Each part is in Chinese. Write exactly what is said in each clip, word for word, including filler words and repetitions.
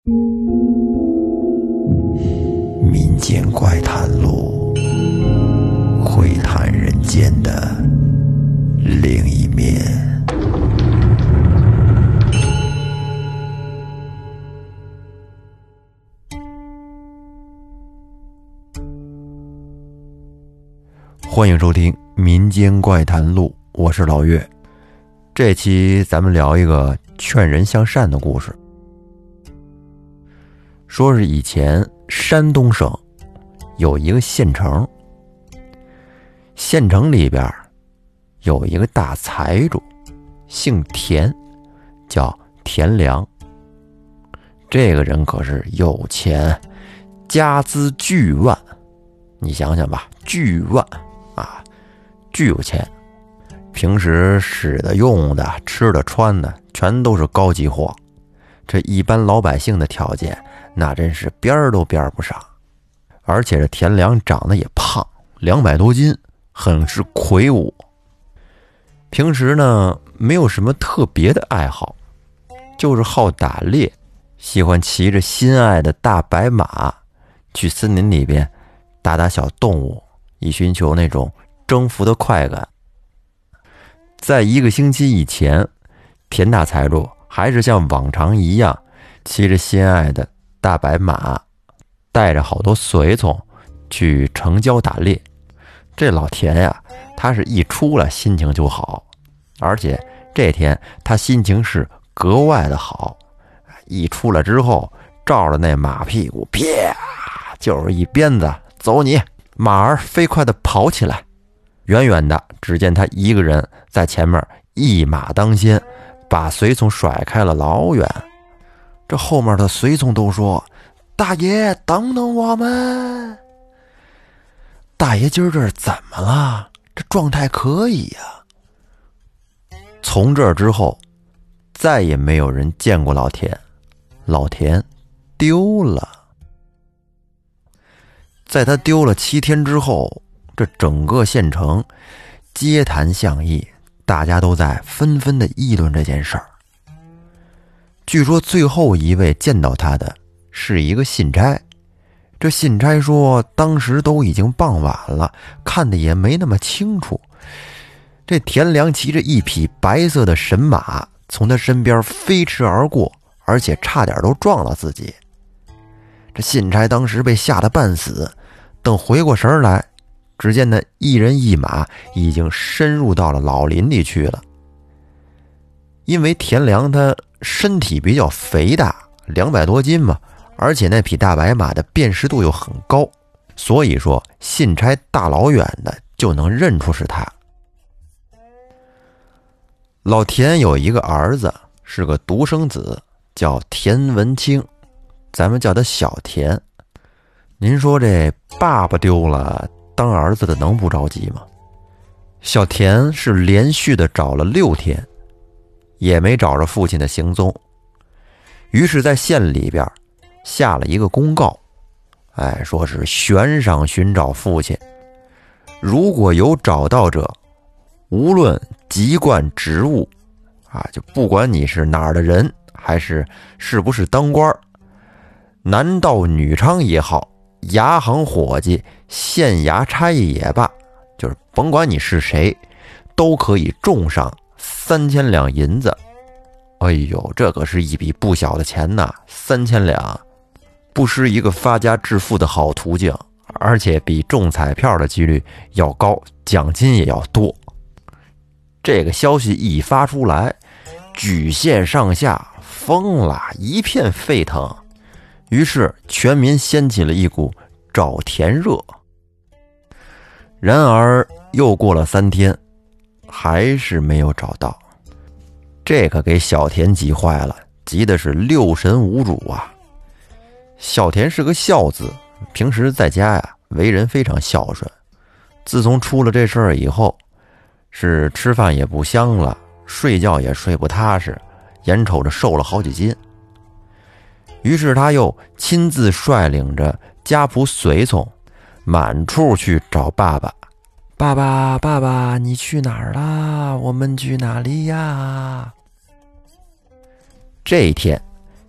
民间怪谈录，会谈人间的另一面。欢迎收听民间怪谈录，我是老岳。这期咱们聊一个劝人向善的故事。说是以前山东省有一个县城，县城里边有一个大财主，姓田，叫田良。这个人可是有钱，家资巨万。你想想吧，巨万啊，巨有钱。平时使的用的吃的穿的全都是高级货，这一般老百姓的条件那真是边儿都边儿不上。而且这田良长得也胖，两百多斤，很是魁梧。平时呢没有什么特别的爱好，就是好打猎，喜欢骑着心爱的大白马去森林里边打打小动物，以寻求那种征服的快感。在一个星期以前，田大财主还是像往常一样骑着心爱的大白马，带着好多随从去城郊打猎。这老田呀，他是一出来心情就好，而且这天他心情是格外的好。一出来之后，照着那马屁股，啪，就是一鞭子，走你！马儿飞快地跑起来。远远的，只见他一个人在前面一马当先，把随从甩开了老远。这后面的随从都说：“大爷，等等我们！”大爷今儿这怎么了？这状态可以呀、啊。从这之后，再也没有人见过老田，老田丢了。在他丢了七天之后，这整个县城街谈巷议，大家都在纷纷的议论这件事儿。据说最后一位见到他的是一个信差，这信差说当时都已经傍晚了，看得也没那么清楚。这田良骑着一匹白色的神马从他身边飞驰而过，而且差点都撞了自己。这信差当时被吓得半死，等回过神来，只见那一人一马已经深入到了老林里去了。因为田良他身体比较肥大，两百多斤嘛，而且那匹大白马的辨识度又很高，所以说信差大老远的就能认出是他。老田有一个儿子，是个独生子，叫田文清，咱们叫他小田。您说这爸爸丢了，当儿子的能不着急吗？小田是连续的找了六天，也没找着父亲的行踪，于是在县里边下了一个公告，哎，说是悬赏寻找父亲，如果有找到者，无论籍贯职务啊，就不管你是哪儿的人，还是是不是当官，男盗女娼也好，衙行伙计、县衙差役也罢，就是甭管你是谁，都可以重赏三千两银子。哎呦，这可是一笔不小的钱呐！三千两，不失一个发家致富的好途径，而且比中彩票的几率要高，奖金也要多。这个消息一发出来，举县上下疯了，一片沸腾。于是全民掀起了一股找田热。然而又过了三天，还是没有找到。这可给小田急坏了，急的是六神无主啊。小田是个孝子，平时在家呀为人非常孝顺。自从出了这事儿以后，是吃饭也不香了，睡觉也睡不踏实，眼瞅着瘦了好几斤。于是他又亲自率领着家仆随从满处去找爸爸。爸爸，爸爸，你去哪儿啦？我们去哪里呀？这一天，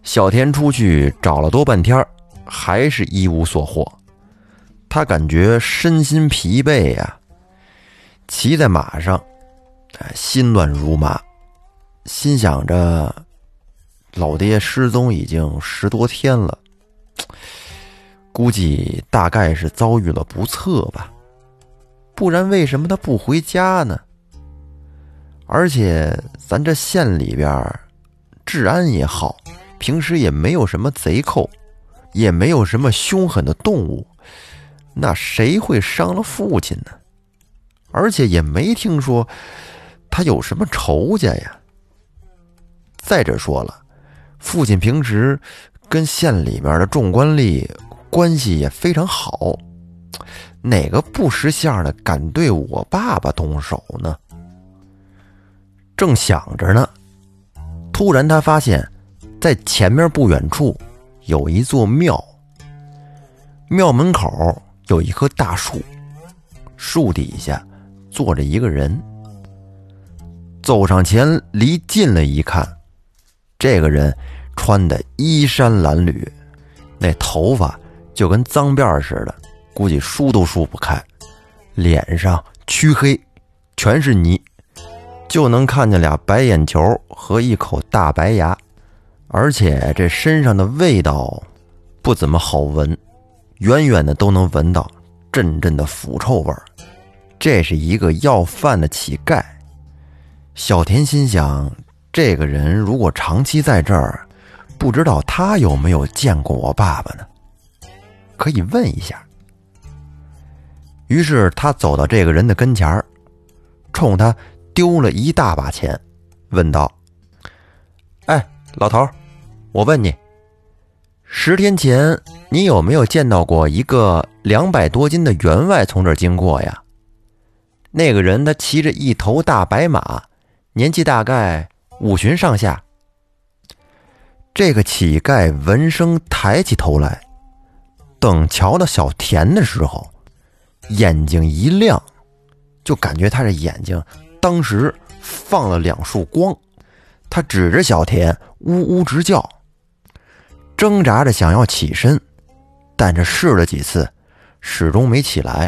小田出去找了多半天，还是一无所获。他感觉身心疲惫呀、啊，骑在马上，心乱如麻，心想着老爹失踪已经十多天了，估计大概是遭遇了不测吧，不然为什么他不回家呢？而且咱这县里边治安也好，平时也没有什么贼寇，也没有什么凶狠的动物，那谁会伤了父亲呢？而且也没听说他有什么仇家呀。再者说了，父亲平时跟县里面的众官吏关系也非常好，哪个不识相的敢对我爸爸动手呢？正想着呢，突然他发现在前面不远处有一座庙，庙门口有一棵大树，树底下坐着一个人。走上前离近了一看，这个人穿的衣衫褴褛，那头发就跟脏辫似的，估计梳都梳不开，脸上黢黑，全是泥，就能看见俩白眼球和一口大白牙，而且这身上的味道不怎么好闻，远远的都能闻到阵阵的腐臭味儿。这是一个要饭的乞丐。小田心想，这个人如果长期在这儿，不知道他有没有见过我爸爸呢？可以问一下。于是他走到这个人的跟前，冲他丢了一大把钱，问道：哎，老头，我问你，十天前你有没有见到过一个两百多斤的员外从这儿经过呀？那个人他骑着一头大白马，年纪大概五旬上下。这个乞丐闻声抬起头来，等瞧到小田的时候，眼睛一亮，就感觉他这眼睛当时放了两束光。他指着小田呜呜直叫，挣扎着想要起身，但是试了几次始终没起来。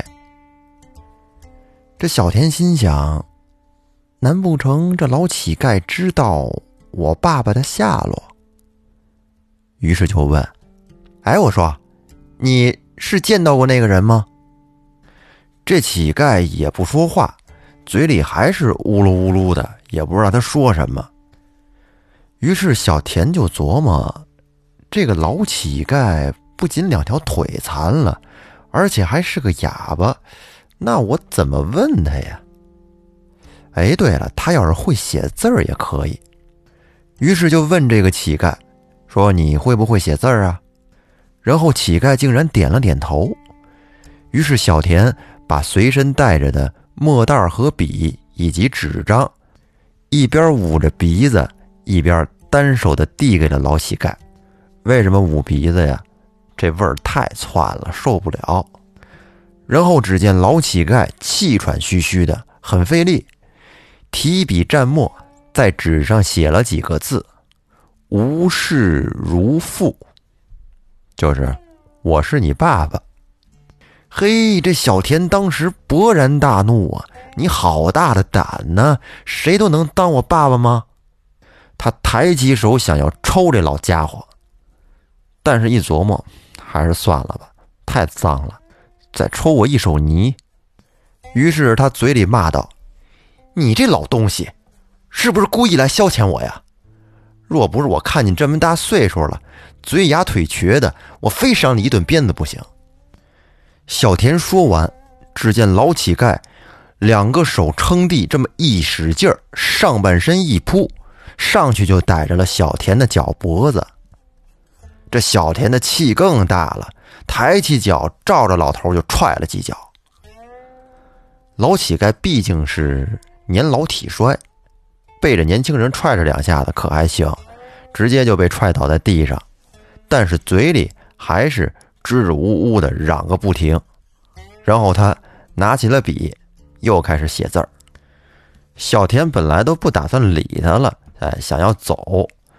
这小田心想，难不成这老乞丐知道我爸爸的下落？于是就问：哎，我说，你是见到过那个人吗？这乞丐也不说话，嘴里还是呜噜呜噜的，也不知道他说什么。于是小田就琢磨，这个老乞丐不仅两条腿残了，而且还是个哑巴，那我怎么问他呀？哎，对了，他要是会写字儿也可以。于是就问这个乞丐说，你会不会写字儿啊？然后乞丐竟然点了点头。于是小田把随身带着的墨袋和笔以及纸张，一边捂着鼻子，一边单手的递给了老乞丐。为什么捂鼻子呀？这味儿太窜了，受不了。然后只见老乞丐气喘吁吁的，很费力，提笔蘸墨，在纸上写了几个字：无事如父，就是我是你爸爸。嘿，这小田当时勃然大怒啊！你好大的胆呢，谁都能当我爸爸吗？他抬起手想要抽这老家伙，但是一琢磨，还是算了吧，太脏了，再抽我一手泥。于是他嘴里骂道：你这老东西，是不是故意来消遣我呀？若不是我看你这么大岁数了，嘴哑腿瘸的，我非赏你一顿鞭子不行。小田说完，只见老乞丐两个手撑地，这么一使劲儿，上半身一扑，上去就逮着了小田的脚脖子。这小田的气更大了，抬起脚照着老头就踹了几脚。老乞丐毕竟是年老体衰，被这年轻人踹着两下子可还行，直接就被踹倒在地上，但是嘴里还是支支吾吾的嚷个不停。然后他拿起了笔，又开始写字儿。小田本来都不打算理他了，哎，想要走，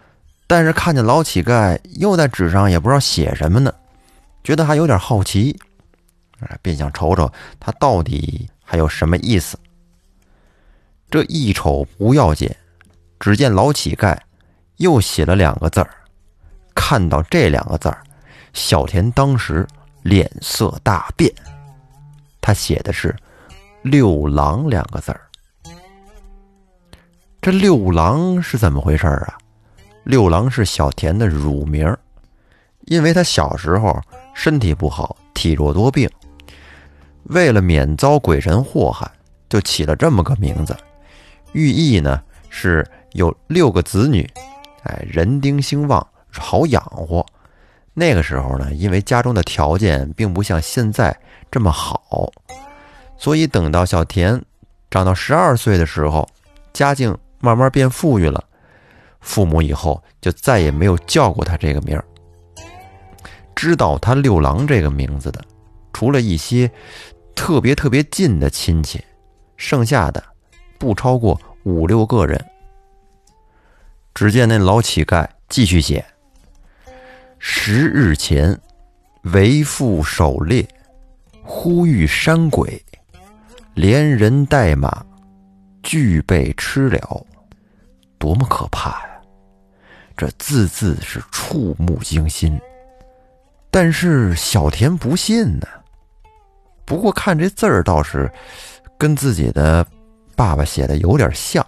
但是看见老乞丐又在纸上也不知道写什么呢，觉得还有点好奇，便想瞅瞅他到底还有什么意思。这一瞅不要紧，只见老乞丐又写了两个字儿。看到这两个字儿，小田当时脸色大变。他写的是六郎两个字儿。这六郎是怎么回事啊？六郎是小田的乳名，因为他小时候身体不好，体弱多病，为了免遭鬼神祸害，就起了这么个名字，寓意呢是有六个子女，哎，人丁兴旺，好养活。那个时候呢，因为家中的条件并不像现在这么好，所以等到小田长到十二岁的时候，家境慢慢变富裕了，父母以后就再也没有叫过他这个名儿。知道他六郎这个名字的，除了一些特别特别近的亲戚，剩下的不超过五六个人。只见那老乞丐继续写：十日前，为父狩猎，忽遇山鬼，连人带马，俱被吃了。多么可怕呀！这字字是触目惊心。但是小田不信呢。不过看这字儿倒是跟自己的爸爸写的有点像。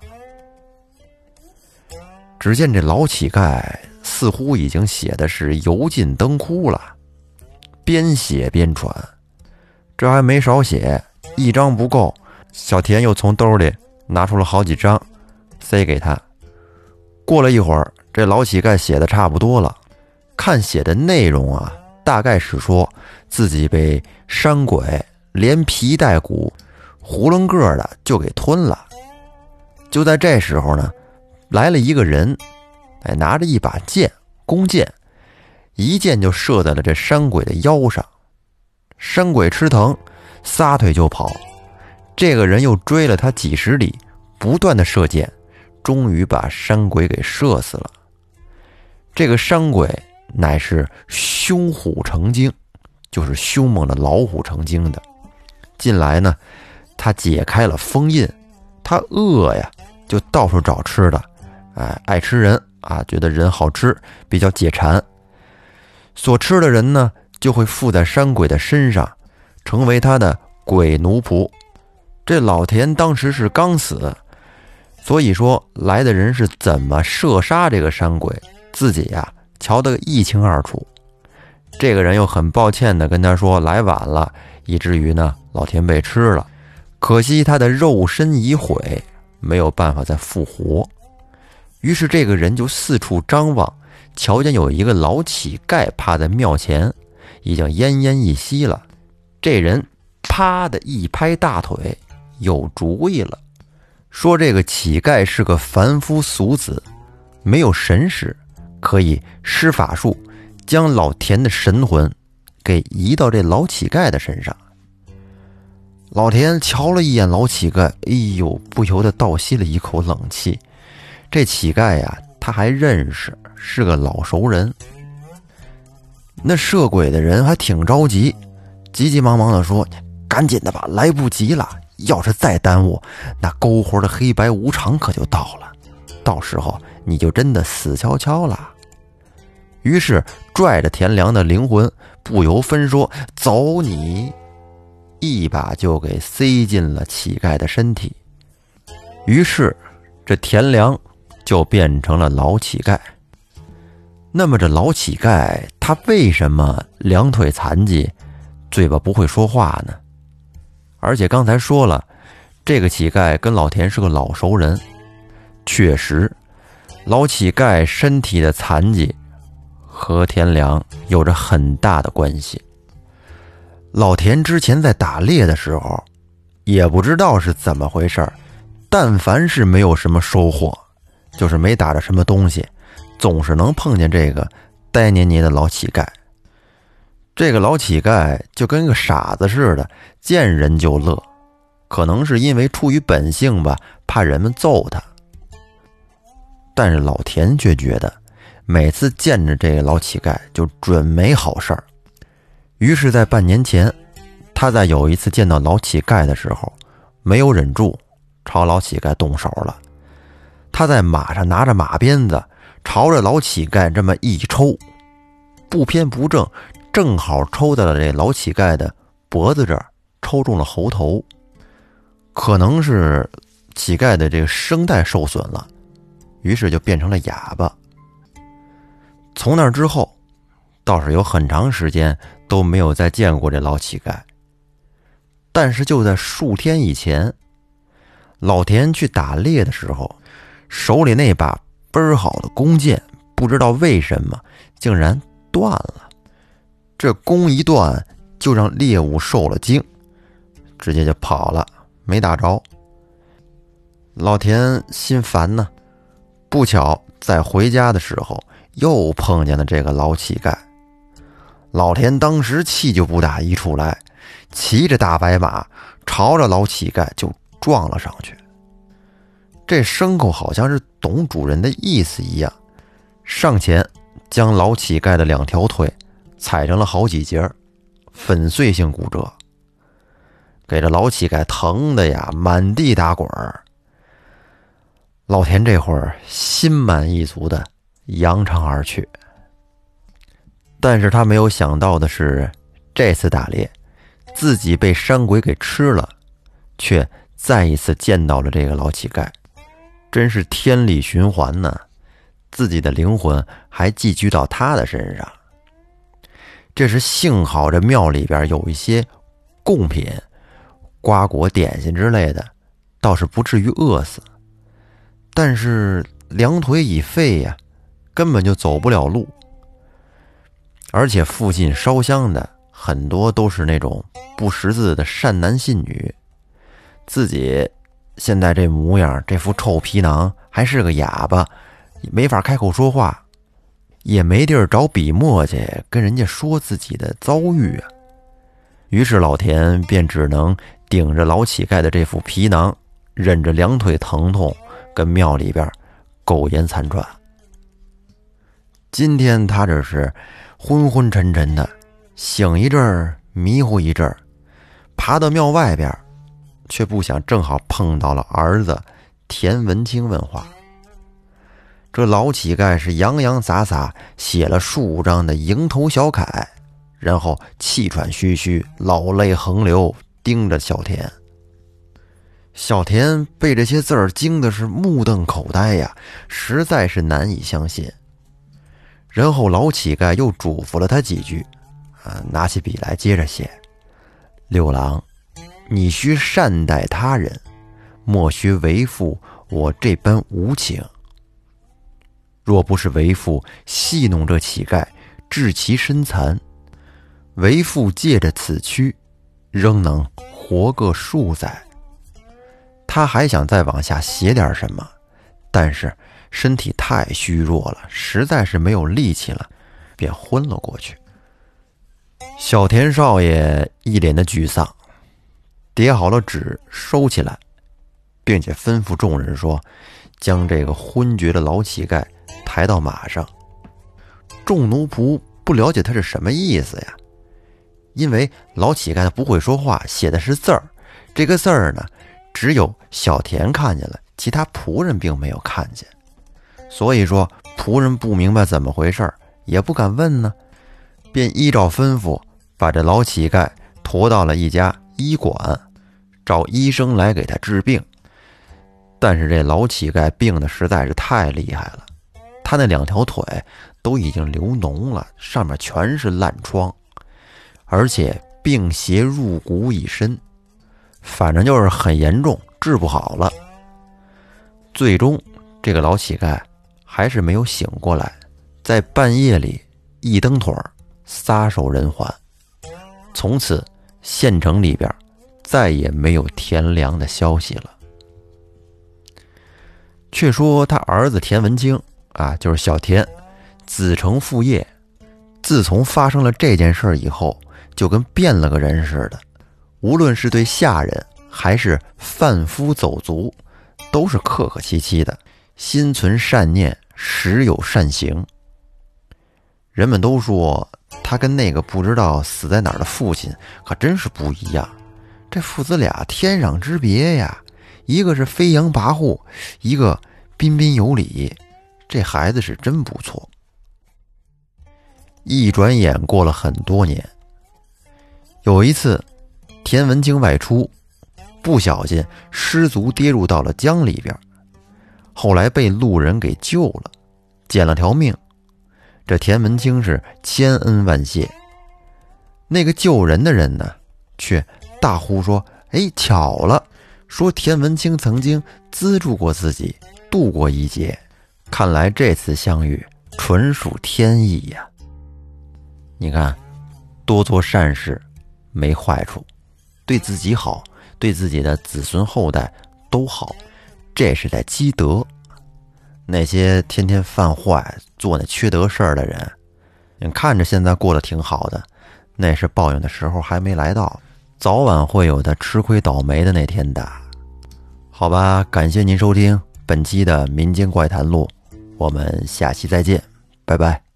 只见这老乞丐似乎已经写的是油尽灯枯了，边写边传。这还没少写，一张不够，小田又从兜里拿出了好几张塞给他。过了一会儿，这老乞丐写的差不多了，看写的内容啊，大概是说自己被山鬼连皮带骨囫囵个的就给吞了。就在这时候呢，来了一个人，哎，拿着一把剑，弓箭，一箭就射在了这山鬼的腰上。山鬼吃疼，撒腿就跑。这个人又追了他几十里，不断的射箭，终于把山鬼给射死了。这个山鬼乃是凶虎成精，就是凶猛的老虎成精的。近来呢，他解开了封印，他饿呀，就到处找吃的，哎，爱吃人啊，觉得人好吃，比较解馋。所吃的人呢，就会附在山鬼的身上，成为他的鬼奴仆。这老田当时是刚死，所以说来的人是怎么射杀这个山鬼，自己呀瞧得一清二楚。这个人又很抱歉的跟他说来晚了，以至于呢老田被吃了，可惜他的肉身已毁，没有办法再复活。于是这个人就四处张望，瞧见有一个老乞丐趴在庙前，已经奄奄一息了。这人啪的一拍大腿，有主意了，说这个乞丐是个凡夫俗子，没有神识，可以施法术将老田的神魂给移到这老乞丐的身上。老田瞧了一眼老乞丐，哎呦，不由得倒吸了一口冷气。这乞丐呀，他还认识，是个老熟人。那射鬼的人还挺着急，急急忙忙的说：赶紧的吧，来不及了，要是再耽误，那勾魂的黑白无常可就到了，到时候你就真的死翘翘了。于是拽着田良的灵魂，不由分说，走你！一把就给塞进了乞丐的身体。于是这田良就变成了老乞丐。那么这老乞丐他为什么两腿残疾，嘴巴不会说话呢？而且刚才说了，这个乞丐跟老田是个老熟人。确实，老乞丐身体的残疾和田良有着很大的关系。老田之前在打猎的时候，也不知道是怎么回事，但凡是没有什么收获，就是没打着什么东西，总是能碰见这个呆黏黏的老乞丐。这个老乞丐就跟个傻子似的，见人就乐，可能是因为出于本性吧，怕人们揍他。但是老田却觉得每次见着这个老乞丐就准没好事儿。于是在半年前，他在有一次见到老乞丐的时候，没有忍住，朝老乞丐动手了。他在马上拿着马鞭子，朝着老乞丐这么一抽，不偏不正，正好抽到了这老乞丐的脖子这儿，抽中了喉头。可能是乞丐的这个声带受损了，于是就变成了哑巴。从那之后，倒是有很长时间都没有再见过这老乞丐。但是就在数天以前，老田去打猎的时候，手里那把倍儿好的弓箭，不知道为什么竟然断了。这弓一断，就让猎物受了惊，直接就跑了，没打着。老田心烦呢，不巧在回家的时候又碰见了这个老乞丐。老田当时气就不打一处来，骑着大白马朝着老乞丐就撞了上去。这牲口好像是懂主人的意思一样，上前将老乞丐的两条腿踩成了好几节，粉碎性骨折，给这老乞丐疼的呀满地打滚儿。老田这会儿心满意足的扬长而去。但是他没有想到的是，这次打猎自己被山鬼给吃了，却再一次见到了这个老乞丐。真是天理循环呢，自己的灵魂还寄居到他的身上。这是幸好这庙里边有一些贡品，瓜果点心之类的，倒是不至于饿死。但是两腿已废呀，根本就走不了路。而且附近烧香的很多都是那种不识字的善男信女，自己现在这模样，这副臭皮囊，还是个哑巴，没法开口说话，也没地儿找笔墨去跟人家说自己的遭遇啊。于是老田便只能顶着老乞丐的这副皮囊，忍着两腿疼痛，跟庙里边苟延残喘。今天他这是昏昏沉沉的，醒一阵儿迷糊一阵儿，爬到庙外边，却不想正好碰到了儿子田文清问话。这老乞丐是洋洋洒洒写了数张的蝇头小楷，然后气喘吁吁，老泪横流，盯着小田。小田被这些字儿惊的是目瞪口呆呀，实在是难以相信。然后老乞丐又嘱咐了他几句，啊，拿起笔来接着写：六郎，你须善待他人，莫须为父我这般无情。若不是为父戏弄这乞丐，致其身残，为父借着此躯，仍能活个数载。他还想再往下写点什么，但是身体太虚弱了，实在是没有力气了，便昏了过去。小田少爷一脸的沮丧，叠好了纸收起来，并且吩咐众人说，将这个昏厥的老乞丐抬到马上。众奴仆不了解他是什么意思呀，因为老乞丐他不会说话，写的是字儿，这个字儿呢只有小田看见了，其他仆人并没有看见，所以说仆人不明白怎么回事，也不敢问呢，便依照吩咐把这老乞丐驮到了一家医馆，找医生来给他治病。但是这老乞丐病的实在是太厉害了，他那两条腿都已经流脓了，上面全是烂疮，而且病邪入骨已深，反正就是很严重，治不好了。最终这个老乞丐还是没有醒过来，在半夜里一蹬腿撒手人寰。从此县城里边再也没有田良的消息了。却说他儿子田文清啊，就是小田，子承父业，自从发生了这件事以后，就跟变了个人似的，无论是对下人还是贩夫走卒，都是客客气气的，心存善念，时有善行， 人们都说他跟那个不知道死在哪儿的父亲可真是不一样，这父子俩天壤之别呀，一个是飞扬跋扈，一个彬彬有礼，这孩子是真不错。一转眼过了很多年，有一次田文清外出，不小心失足跌入到了江里边，后来被路人给救了，捡了条命。这田文清是千恩万谢。那个救人的人呢，却大呼说：哎，巧了，说田文清曾经资助过自己度过一劫，看来这次相遇纯属天意呀。你看，多做善事没坏处，对自己好，对自己的子孙后代都好，这是在积德。那些天天犯坏做那缺德事儿的人，你看着现在过得挺好的，那是报应的时候还没来到，早晚会有他吃亏倒霉的那天的。好吧，感谢您收听本期的民间怪谈录，我们下期再见，拜拜。